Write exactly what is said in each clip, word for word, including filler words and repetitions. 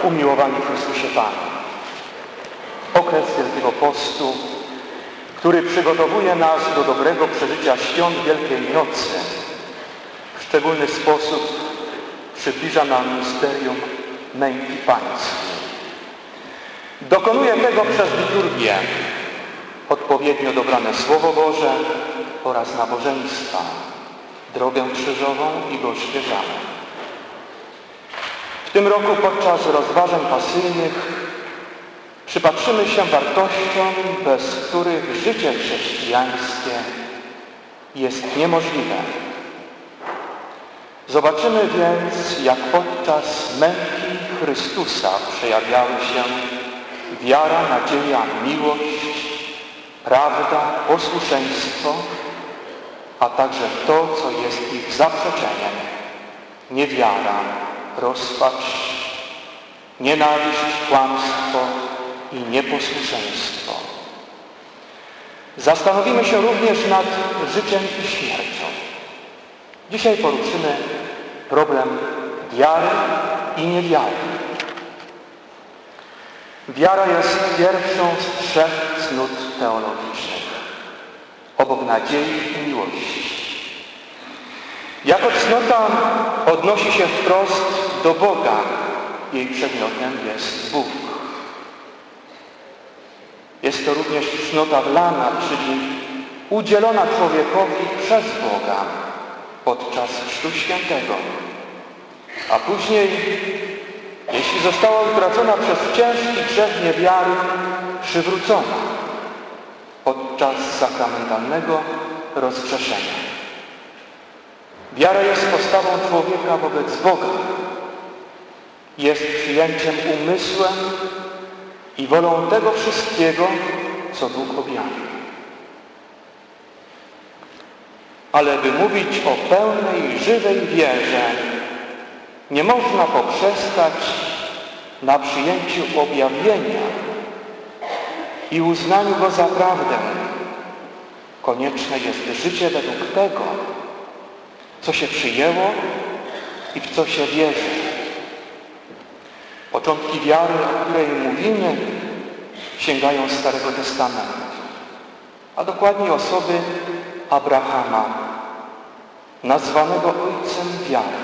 umiłowani w Chrystusie Panu. Okres Wielkiego Postu, który przygotowuje nas do dobrego przeżycia świąt Wielkiej Nocy, w szczególny sposób przybliża nam misterium męki Pańskiej. Dokonuje tego przez liturgię, odpowiednio dobrane Słowo Boże oraz nabożeństwa, drogę krzyżową i gorzkie-żale. W tym roku podczas rozważań pasyjnych przypatrzymy się wartościom, bez których życie chrześcijańskie jest niemożliwe. Zobaczymy więc, jak podczas męki Chrystusa przejawiały się wiara, nadzieja, miłość, prawda, posłuszeństwo, a także to, co jest ich zaprzeczeniem: niewiara, rozpacz, nienawiść, kłamstwo i nieposłuszeństwo. Zastanowimy się również nad życiem i śmiercią. Dzisiaj poruszymy problem wiary i niewiary. Wiara jest pierwszą z trzech cnót teologicznych, obok nadziei i miłości. Jako cnota odnosi się wprost do Boga. Jej przedmiotem jest Bóg. Jest to również cnota wlana, czyli udzielona człowiekowi przez Boga podczas Chrztu Świętego, a później, jeśli została utracona przez ciężki grzech niewiary, przywrócona podczas sakramentalnego rozgrzeszenia. Wiara jest postawą człowieka wobec Boga. Jest przyjęciem umysłem i wolą tego wszystkiego, co Bóg objawił. Ale by mówić o pełnej, żywej wierze, nie można poprzestać na przyjęciu objawienia i uznaniu go za prawdę. Konieczne jest życie według tego, co się przyjęło i w co się wierzy. Początki wiary, o której mówimy, sięgają Starego Testamentu, a dokładnie osoby Abrahama, nazwanego ojcem wiary.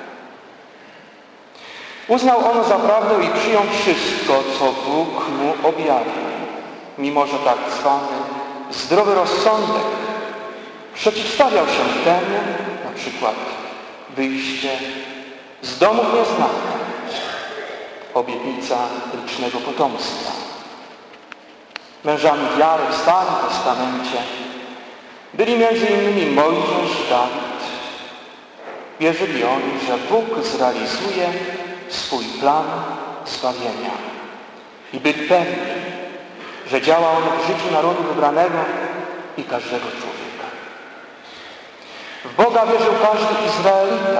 Uznał on za prawdę i przyjął wszystko, co Bóg mu objawił, mimo że tak zwany zdrowy rozsądek przeciwstawiał się temu, na przykład wyjście z domów nieznanych, obietnica licznego potomstwa. Mężami wiary w Starym Testamencie byli między innymi Mojżesz, Dawid. Wierzyli oni, że Bóg zrealizuje swój plan zbawienia i byli pewni, że działa on w życiu narodu wybranego i każdego człowieka. W Boga wierzył każdy Izraelita,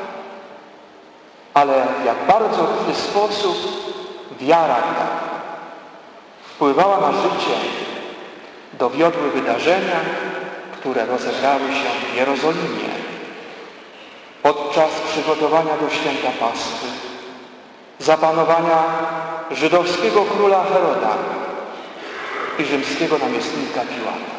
ale jak bardzo w ten sposób wiara ta wpływała na życie, dowiodły wydarzenia, które rozegrały się w Jerozolimie podczas przygotowania do święta Paschy, zapanowania żydowskiego króla Heroda i rzymskiego namiestnika Piłata.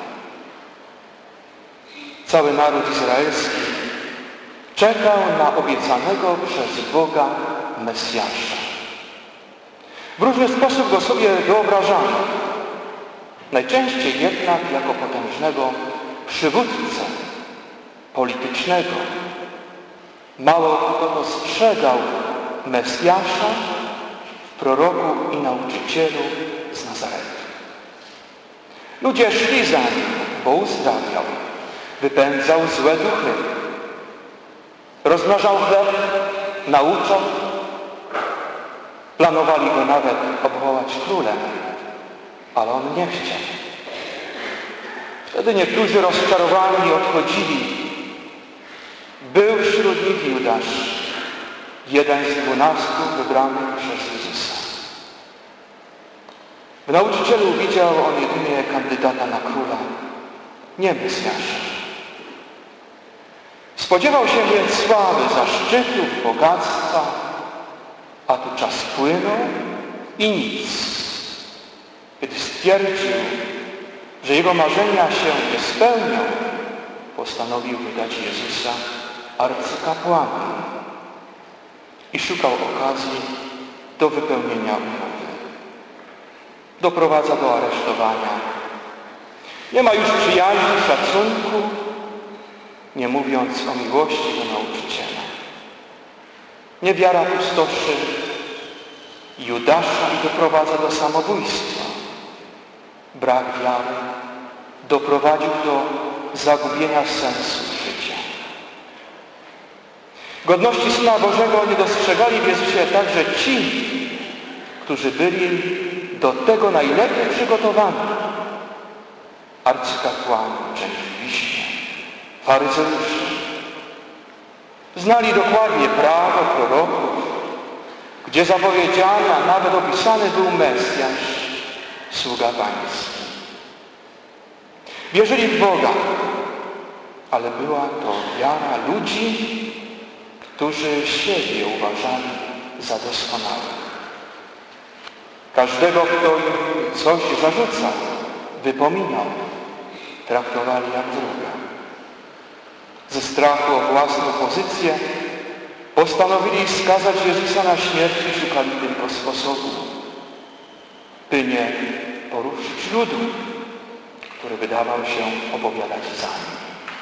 Cały naród izraelski czekał na obiecanego przez Boga Mesjasza. W różny sposób go sobie wyobrażano. Najczęściej jednak jako potężnego przywódcę politycznego. Mało kto dostrzegał Mesjasza w proroku i nauczycielu z Nazaretu. Ludzie szli za nim, bo uzdrawiał, wypędzał złe duchy, rozmnażał chleb, nauczał. Planowali go nawet obwołać królem, ale on nie chciał. Wtedy niektórzy rozczarowani odchodzili. Był wśród nich Judasz, jeden z dwunastu wybranych przez Jezusa. W nauczycielu widział on jedynie kandydata na króla, nie Mesjasza. Spodziewał się więc sławy, zaszczytów, bogactwa, A tu czas płynął i nic. Kiedy stwierdził, że jego marzenia się nie spełnią, postanowił wydać Jezusa arcykapłanom i szukał okazji do wypełnienia umowy. Doprowadza do aresztowania. Nie ma już przyjaźni, szacunku, nie mówiąc o miłości do nauczyciela. Niewiara pustoszy Judasza i doprowadza do samobójstwa. Brak wiary doprowadził do zagubienia sensu życia. Godności Syna Bożego nie dostrzegali w Jezusie także ci, którzy byli do tego najlepiej przygotowani. Arcykapłani, część wiśnie, faryzeusze. Znali dokładnie prawo proroków, gdzie zapowiedziany, a nawet opisany był Mesjasz, sługa pański. Wierzyli w Boga, ale była to wiara ludzi, którzy siebie uważali za doskonałych. Każdego, kto im coś zarzucał, wypominał, traktowali jak wroga. Ze strachu o własną pozycję postanowili skazać Jezusa na śmierć i szukali tylko sposobu, by nie poruszyć ludu, który wydawał się opowiadać za nim.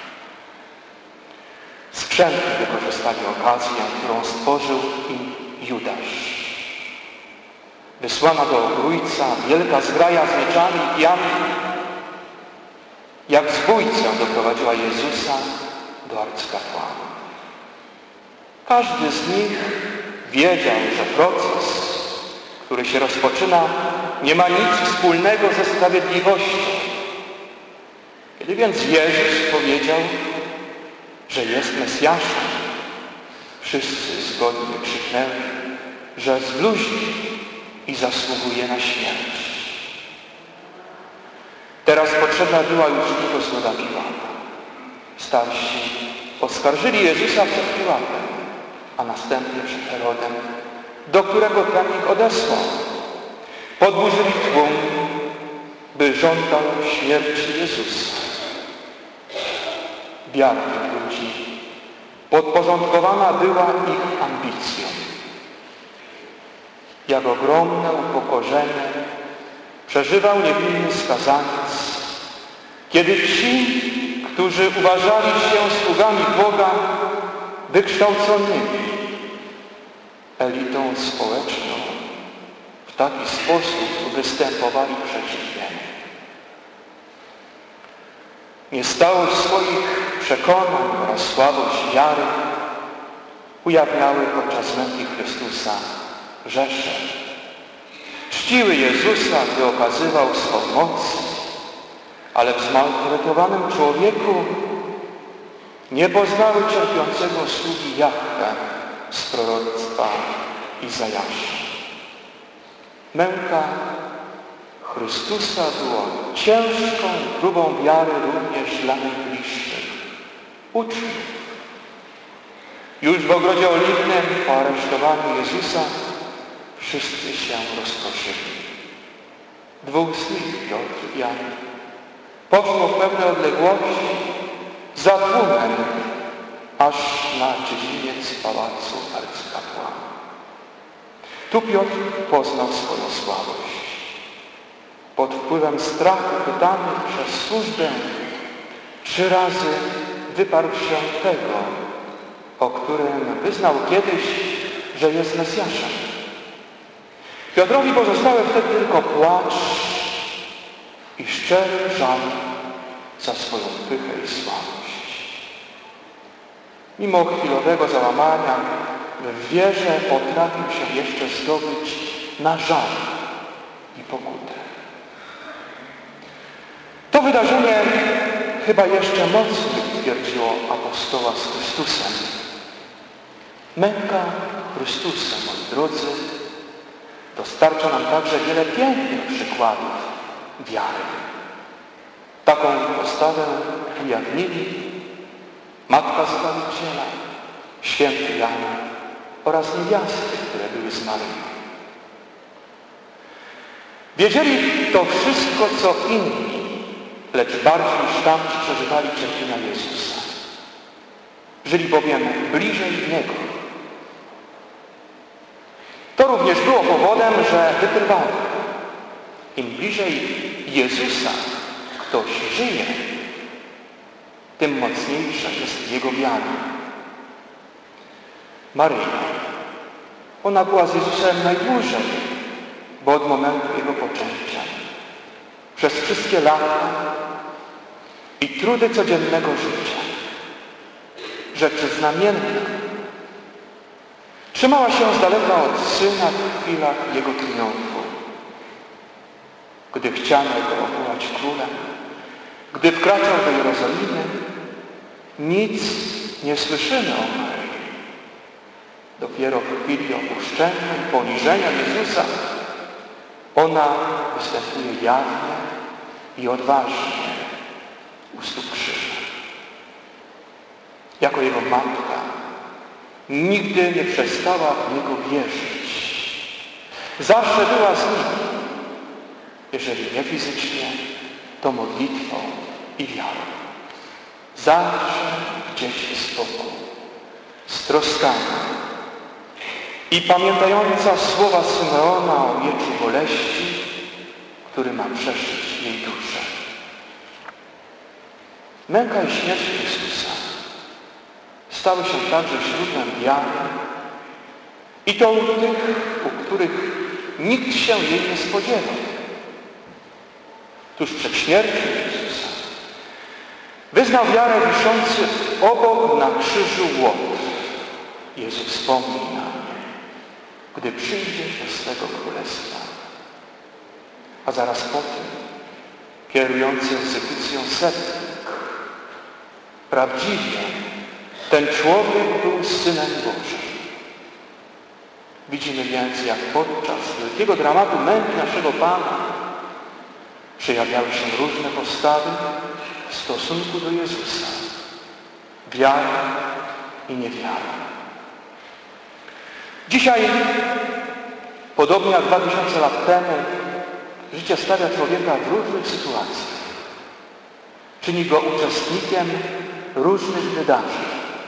Skrzętnie wykorzystali okazję, którą stworzył im Judasz. Wysłana do obrójca wielka zgraja z mieczami i kijami, jak zbójcę doprowadziła Jezusa do arcykapłanów. Każdy z nich wiedział, że proces, który się rozpoczyna, nie ma nic wspólnego ze sprawiedliwością. Kiedy więc Jezus powiedział, że jest Mesjaszem, wszyscy zgodnie krzyknęli, że zbluźni i zasługuje na śmierć. Teraz potrzebna była już tylko zgoda Piłata. Starsi oskarżyli Jezusa przed Piłatem, a następnie przed Herodem, do którego ten ich odesłał. Podburzyli tłum, by żądał śmierci Jezusa. Wiara tych ludzi podporządkowana była ich ambicjom. Jak ogromne upokorzenie przeżywał niewinny skazaniec, kiedy ci, którzy uważali się sługami Boga, wykształconymi, elitą społeczną, w taki sposób występowali przeciw niemu. Niestałość swoich przekonań oraz słabość wiary ujawniały podczas męki Chrystusa rzesze. Czciły Jezusa, gdy okazywał swą moc, ale w zmaltretowanym człowieku nie poznały cierpiącego sługi Jahwe z proroctwa Izajasza. Męka Chrystusa była ciężką próbą wiary również dla najbliższych, uczniów. Już w ogrodzie oliwnym po aresztowaniu Jezusa wszyscy się rozproszyli. Dwóch z nich, Piotr i Jan, poszło w pewne odległości za tłumem, aż na dziedziniec pałacu arcykapłana. Tu Piotr poznał swoją słabość. Pod wpływem strachu pytany przez służbę trzy razy wyparł się tego, o którym wyznał kiedyś, że jest Mesjaszem. Piotrowi pozostały wtedy tylko płacz i szczery żal za swoją pychę i słabość. Mimo chwilowego załamania w wierze potrafił się jeszcze zdobyć na żal i pokutę. To wydarzenie chyba jeszcze mocniej utwierdziło apostoła z Chrystusem. Męka Chrystusa, moi drodzy, dostarcza nam także wiele pięknych przykładów wiary. Taką postawę ujawnili Matka Zbawiciela, święty Jan oraz niewiasty, które były z Maryją. Wiedzieli to wszystko, co inni, lecz bardziej niż tamci przeżywali cierpienia Jezusa. Żyli bowiem bliżej Niego. To również było powodem, że wytrwali. Im bliżej Jezusa ktoś żyje, tym mocniejsza jest jego wiara. Maryja, ona była z Jezusem najdłużej, bo od momentu Jego poczęcia, przez wszystkie lata i trudy codziennego życia, rzeczy znamienne, trzymała się z daleka od Syna w chwilach Jego triumfu. Gdy chciano Go obwołać królem, gdy wkraczał do Jerozolimy, nic nie słyszymy o Maryi. Dopiero w chwili opuszczenia i poniżenia Jezusa ona występuje jawnie i odważnie u stóp krzyża. Jako Jego matka nigdy nie przestała w Niego wierzyć. Zawsze była z Nim, jeżeli nie fizycznie, to modlitwą i wiarą. Zawsze gdzieś z boku, z troskami i pamiętająca słowa Symeona o mieczu boleści, który ma przeszyć jej duszę. Męka i śmierć Chrystusa stały się także źródłem wiary i to u tych, u których nikt się jej nie spodziewał. Tuż przed śmiercią Jezusa wyznał wiarę wiszący obok na krzyżu łot. Jezus wspomni na mnie, gdy przyjdzie do swego królestwa. A zaraz po tym, kierujący egzekucją setnik, prawdziwie ten człowiek był Synem Bożym. Widzimy więc, jak podczas wielkiego dramatu męki naszego Pana przejawiały się różne postawy w stosunku do Jezusa. Wiara i niewiara. Dzisiaj, podobnie jak dwa tysiące lat temu, życie stawia człowieka w różnych sytuacjach. Czyni go uczestnikiem różnych wydarzeń.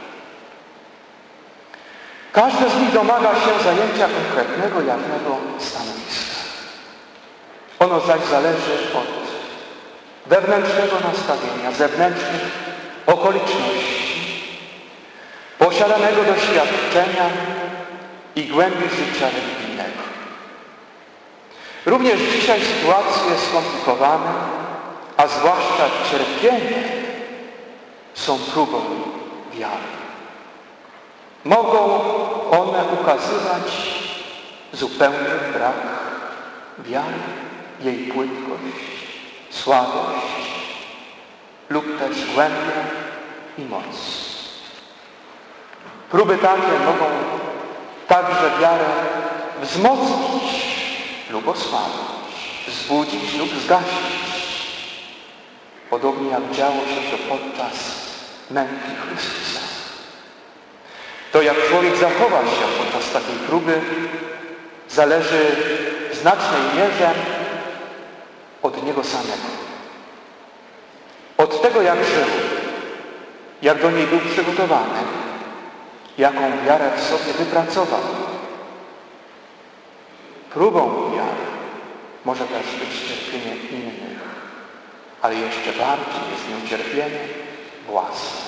Każde z nich domaga się zajęcia konkretnego, jawnego stanowiska. Ono zaś zależy od wewnętrznego nastawienia, zewnętrznych okoliczności, posiadanego doświadczenia i głębi życia religijnego. Również dzisiaj sytuacje skomplikowane, a zwłaszcza cierpienie, są próbą wiary. Mogą one ukazywać zupełny brak wiary, jej płytkość, słabość lub też głębię i moc. Próby takie mogą także wiarę wzmocnić lub osłabić, wzbudzić lub zgasić. Podobnie jak działo się to podczas męki Chrystusa. To, jak człowiek zachowa się podczas takiej próby, zależy w znacznej mierze od niego samego. Od tego, jak żył, jak do niej był przygotowany, jaką wiarę w sobie wypracował. Próbą wiary może też być cierpienie innych, ale jeszcze bardziej jest nią cierpienie własne.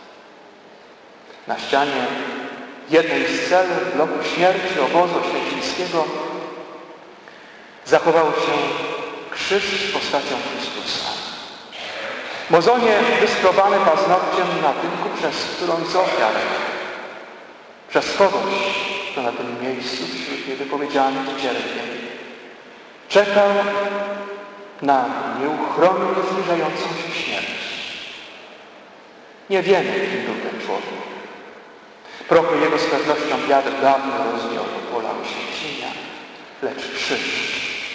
Na ścianie jednej z cel w bloku śmierci obozu oświęcimskiego zachował się krzyż z postacią Chrystusa. Mozonie wyskrobane paznokciem na tynku, przez którąś z ofiar, przez kogoś, kto na tym miejscu wśród niewypowiedzianych cierpień czekał na nieuchronnie zbliżającą się śmierć. Nie wiemy, kim był ten człowiek. Prochy jego z pewnością wiatr dawno rozwiał do pola oświęcenia, lecz krzyż,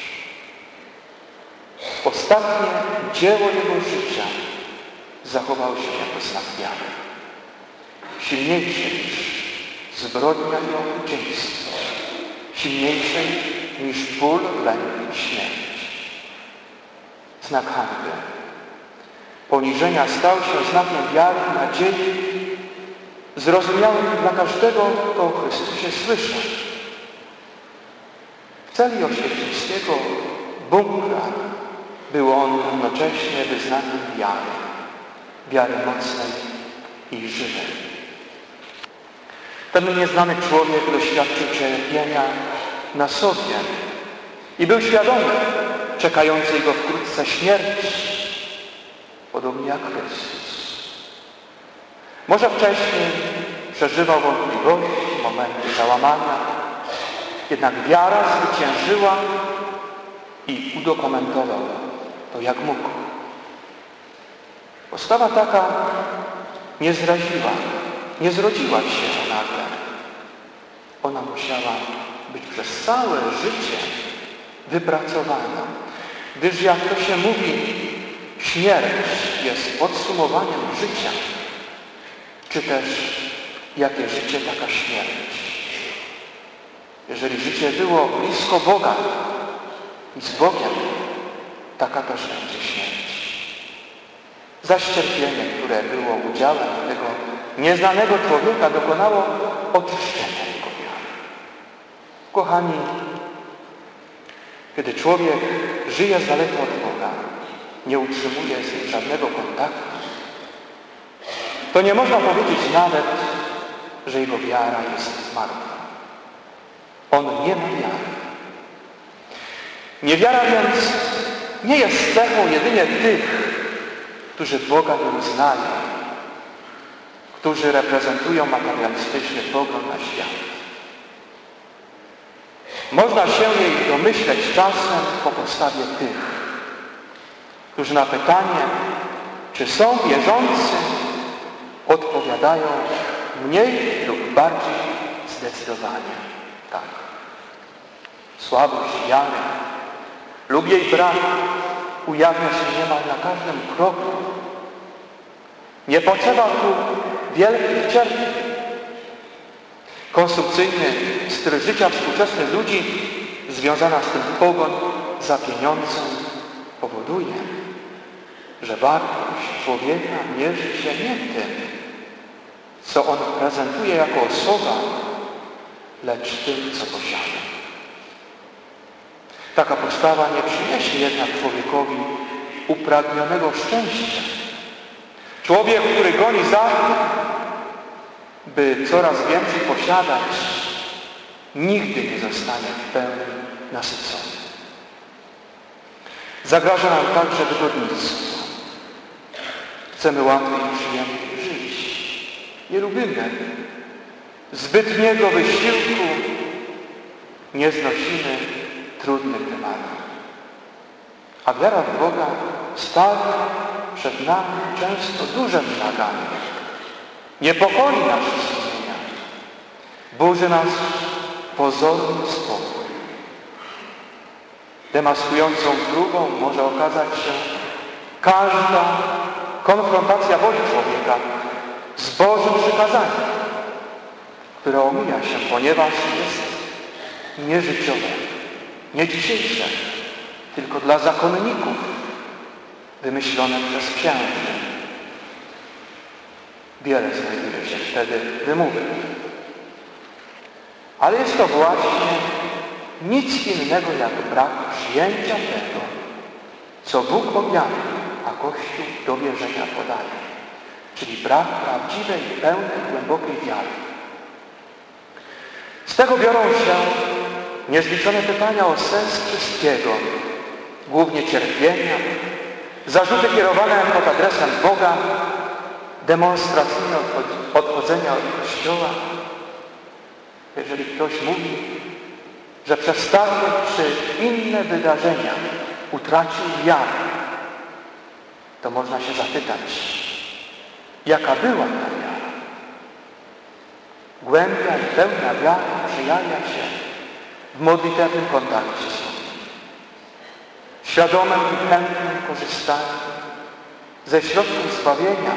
ostatnie dzieło jego życia, zachował się jako znak wiary. Silniejszy niż zbrodnia i okrucieństwo, silniejszej niż ból, lęk i śmierć. Znak hańby, poniżenia stał się znakiem wiary i nadziei, zrozumiałym dla każdego, kto o Chrystusie słyszy. W celi oświęcimskiego bunkra był on równocześnie wyznaniem wiary, wiary mocnej i żywej. Ten nieznany człowiek doświadczył cierpienia na sobie i był świadomy czekającej go wkrótce śmierci, podobnie jak Chrystus. Może wcześniej przeżywał wątpliwości, momenty załamania, jednak wiara zwyciężyła i udokumentował to jak mógł. Postawa taka nie zraziła, nie zrodziła się nagle. Ona musiała być przez całe życie wypracowana, gdyż jak to się mówi, śmierć jest podsumowaniem życia, czy też jakie życie, taka śmierć. Jeżeli życie było blisko Boga i z Bogiem, taka też będzie śmierć. Zaś cierpienie, które było udziałem tego nieznanego człowieka, dokonało oczyszczenia jego wiary. Kochani, kiedy człowiek żyje z daleka od Boga, nie utrzymuje z nim żadnego kontaktu, to nie można powiedzieć nawet, że jego wiara jest martwa. On nie ma wiary. Niewiara więc nie jest cechą jedynie tych, którzy Boga nie uznają, którzy reprezentują materialistyczny pogląd na świat. Można się jej domyśleć czasem po postawie tych, którzy na pytanie, czy są wierzący, odpowiadają mniej lub bardziej zdecydowanie tak. Słabość wiary lub jej brak ujawnia się niemal na każdym kroku. Nie potrzeba tu wielkich cierpień. Konsumpcyjny styl życia współczesnych ludzi, związana z tym pogoń za pieniądzem, powoduje, że wartość człowieka mierzy się nie tym, co on prezentuje jako osoba, lecz tym, co posiada. Taka postawa nie przyniesie jednak człowiekowi upragnionego szczęścia. Człowiek, który goni za tym, by coraz więcej posiadać, nigdy nie zostanie w pełni nasycony. Zagraża nam także wygodnictwo. Chcemy łatwiej i przyjemniej żyć. Nie lubimy zbytniego wysiłku, nie znosimy trudnych tematów. A wiara w Boga stawia przed nami często duże wymagania. Niepokoi nasze sumienia. Burzy nas pozorny spokój. Demaskującą próbą może okazać się każda konfrontacja woli człowieka z Bożym przykazaniem, które omija się, ponieważ jest nieżyciowe, nie dzisiejsze, tylko dla zakonników, wymyślone przez księży. Wiele znajduje się wtedy wymówek. Ale jest to właśnie nic innego jak brak przyjęcia tego, co Bóg objawia, a Kościół do wierzenia podaje. Czyli brak prawdziwej, pełnej, głębokiej wiary. Z tego biorą się niezliczone pytania o sens wszystkiego, głównie cierpienia, zarzuty kierowane pod adresem Boga, demonstracyjne odchodzenia od Kościoła. Jeżeli ktoś mówi, że przez takie czy inne wydarzenia utracił wiarę, to można się zapytać, jaka była ta wiara? Głębia i pełna wiara przejawia się w modlitewnym kontakcie z Bogiem. Świadomym i chętnym korzystaniu ze środków zbawienia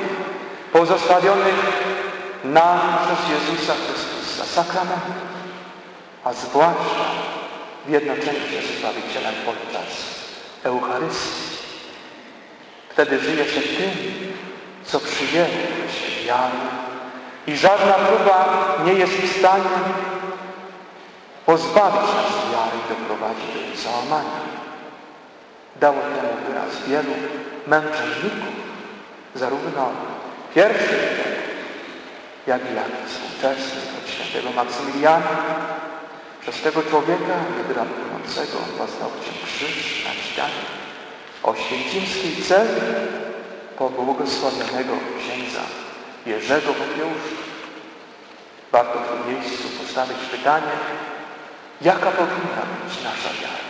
pozostawionych nam przez Jezusa Chrystusa, sakramentów, a zwłaszcza w jednocześnie ze Zbawicielem podczas Eucharystii. Wtedy żyje się tym, co przyjęło się wiary i żadna próba nie jest w stanie pozbawić nas wiary i doprowadzić do jej załamania. Dało temu wyraz wielu męczenników, zarówno pierwszych wieków, jak i lat współczesnych, od świętego Maksymiliana. Przez tego człowieka niedrapującego paznokciem krzyż na ścianie oświęcimskiej celi po błogosławionego księdza Jerzego Popiełusza. Warto w tym miejscu postawić pytanie, jaka powinna być nasza wiara.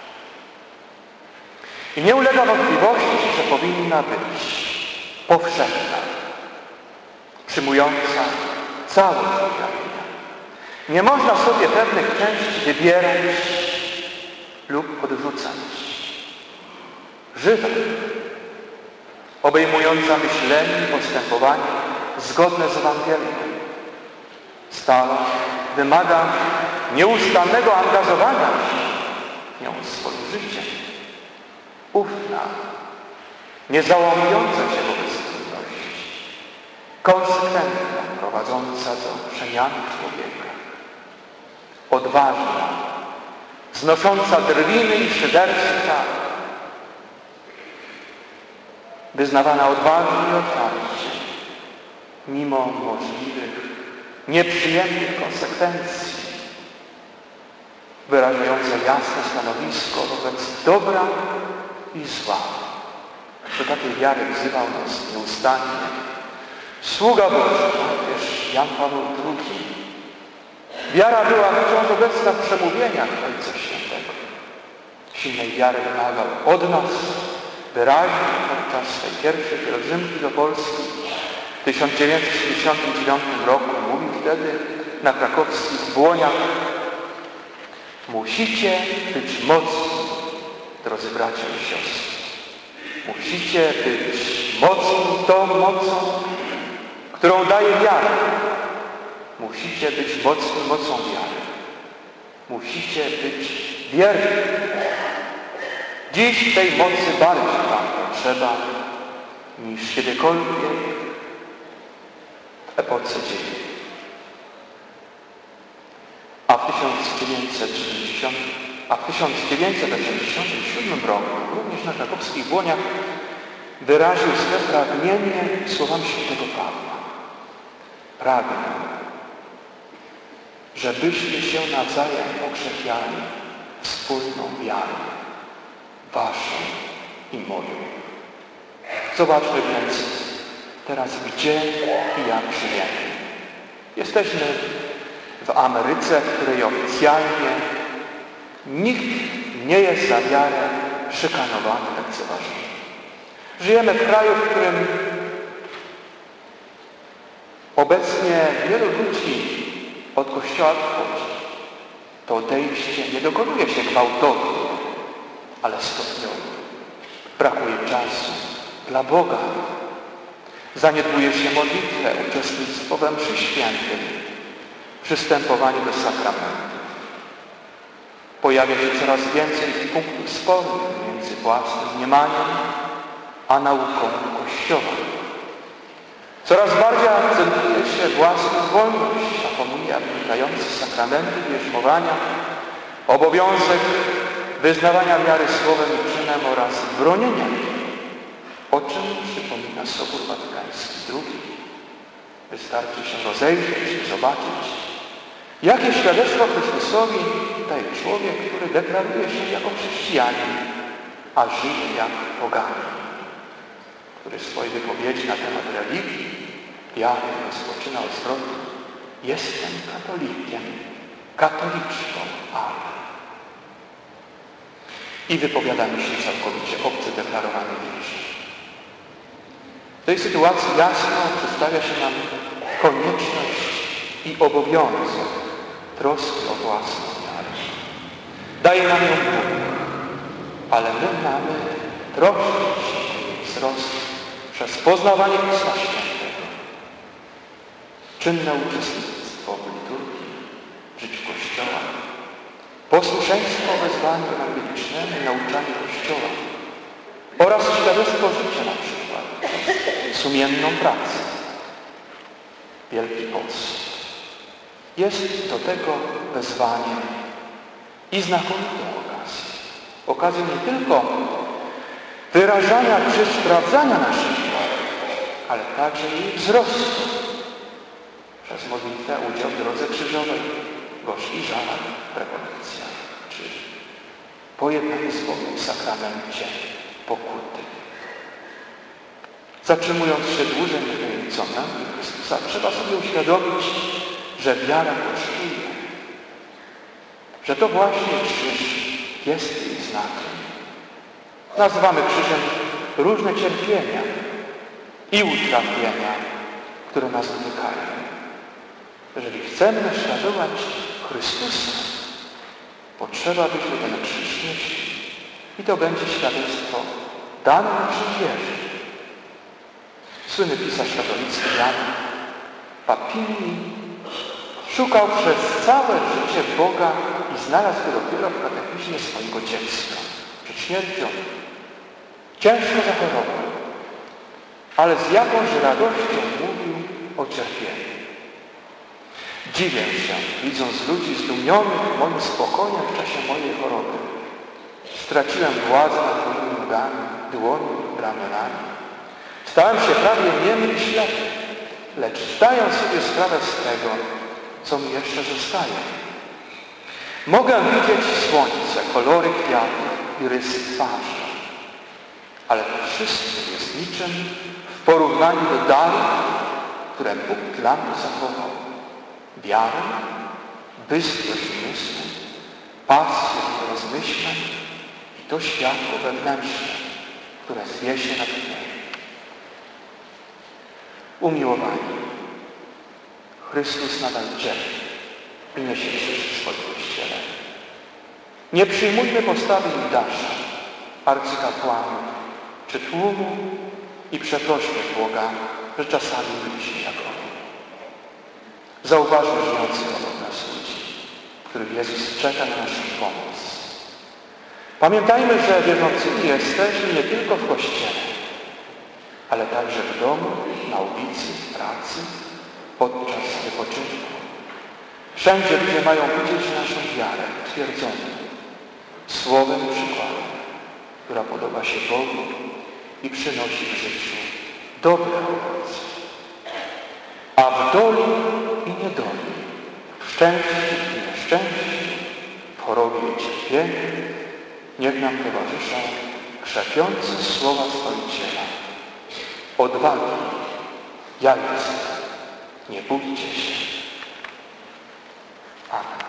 I nie ulega wątpliwości, że powinna być powszechna, przyjmująca całość zbawienia. Nie można sobie pewnych części wybierać lub odrzucać. Żywa, obejmująca myślenie i postępowanie zgodne z Ewangelią. Stale wymaga nieustannego angażowania się nią swoim życiem. Ufna, niezałamująca się wobec trudności, konsekwentna, prowadząca do przemiany człowieka, odważna, znosząca drwiny i szyderstwa, wyznawana odważnie i otwarcie, mimo możliwych, nieprzyjemnych konsekwencji, wyrażająca jasne stanowisko wobec dobra i zła. Do takiej wiary wzywał nas nieustannie sługa Boży, papież Jan Paweł drugi. Wiara była wciąż obecna w przemówieniach Ojca Świętego. Silnej wiary wymagał od nas wyraźnie podczas swej pierwszej pielgrzymki do Polski w tysiąc dziewięćset sześćdziesiątym dziewiątym roku. Mówił wtedy na krakowskich Błoniach: musicie być mocni, drodzy bracia i siostry. Musicie być mocni tą mocą, którą daje wiara. Musicie być mocni mocą wiary. Musicie być wierni. Dziś tej mocy bardziej wam potrzeba niż kiedykolwiek w epoce dziejów. A w tysiąc dziewięćset osiemdziesiątym siódmym roku również na krakowskich Błoniach wyraził swe pragnienie słowami świętego Pawła. Pragnę, żebyśmy się nawzajem pokrzepiali wspólną wiarą, waszą i moją. Zobaczmy więc teraz, gdzie i jak żyjemy. Jesteśmy w Ameryce, w której oficjalnie nikt nie jest za wiarę szykanowany, lekceważony. Żyjemy w kraju, w którym obecnie wielu ludzi od Kościoła odchodzi. To odejście nie dokonuje się gwałtownie, ale stopniowo. Brakuje czasu dla Boga. Zaniedbuje się modlitwę, uczestnictwo we mszy świętej, przystępowanie do sakramentów. Pojawia się coraz więcej punktów spornych między własnym mniemaniem a nauką Kościoła. Coraz bardziej akcentuje się własną wolność, a pomija wynikający z sakramentu bierzmowania obowiązek wyznawania wiary słowem i czynem oraz bronienia jej, o czym przypomina Sobór Watykański drugi. Wystarczy się rozejrzeć i zobaczyć, jakie świadectwo Chrystusowi daje człowiek, który deklaruje się jako chrześcijanin, a żyje jak poganin, który w swojej wypowiedzi na temat religii, wiary rozpoczyna od zwrotu: jestem katolikiem, katoliczką, ale. I wypowiadamy się całkowicie obcy deklarowany wiersz. W tej sytuacji jasno przedstawia się nam konieczność i obowiązek troski o własną wiarę. Daje nam ją Bóg, ale my mamy troszczyć się o jej wzrost przez poznawanie Pisma Świętego, czynne uczestnictwo w liturgii, w życiu Kościoła, posłuszeństwo wezwaniu ewangelicznemu i nauczaniu Kościoła oraz świadectwo życia na przykład, sumienną pracę. Wielki Post jest do tego wezwaniem i znakomitą okazją. Okazją nie tylko wyrażania czy sprawdzania naszych wiar, ale także jej wzrostu przez modlitwę, udział w drodze krzyżowej, gorzki żalach, rekolekcja, czy pojednanie z Bogiem w sakramencie pokuty. Zatrzymując się dłużej na tej co Chrystusa, trzeba sobie uświadomić, że wiara kosztuje, że to właśnie krzyż jest jej znakiem. Nazywamy krzyżem różne cierpienia i utrapienia, które nas dotykają. Jeżeli chcemy naśladować Chrystusa, potrzeba, byśmy ten krzyż nieśli. I to będzie świadectwo dane naszej wierze. Słynny pisarz katolicki Jan Papini szukał przez całe życie Boga i znalazł go dopiero w katechizmie swojego dziecka. Przed śmiercią ciężko zachorował, ale z jakąś radością mówił o cierpieniu. Dziwię się, widząc ludzi zdumionych moim spokojem w czasie mojej choroby. Straciłem władzę nad moimi nogami, dłoni, ramionami. Stałem się prawie niemy i ślepy, lecz zdaję sobie sprawę z tego, co mi jeszcze zostaje. Mogę widzieć słońce, kolory kwiatów i rysy twarzy, ale to wszystko jest niczym w porównaniu do darów, które Bóg dla mnie zachował. Wiarę, bystrość umysłu, pasję do rozmyślań i to światło wewnętrzne, które zwie się na mnie. Umiłowani, Chrystus nadal cierpi i niesie krzyż w swoim Kościele. Nie przyjmujmy postawy Judasza, arcykapłanów czy tłumu i przeprośmy Boga, że czasami byliśmy jak oni. Zauważmy żyjących obok nas ludzi, których Jezus czeka na naszą pomoc. Pamiętajmy, że wierzącymi jesteśmy nie tylko w Kościele, ale także w domu, na ulicy, w pracy, podczas wypoczynku. Wszędzie ludzie mają widzieć naszą wiarę twierdzoną, słowem i przykładem, która podoba się Bogu i przynosi w życiu dobre owoce. A w doli i niedoli, w szczęściu i nieszczęściu, w chorobie i cierpieniu, niech nam towarzyszą krzepiące słowa Stworiciela. Odwagi, ja jestem, nie bójcie się. Amen.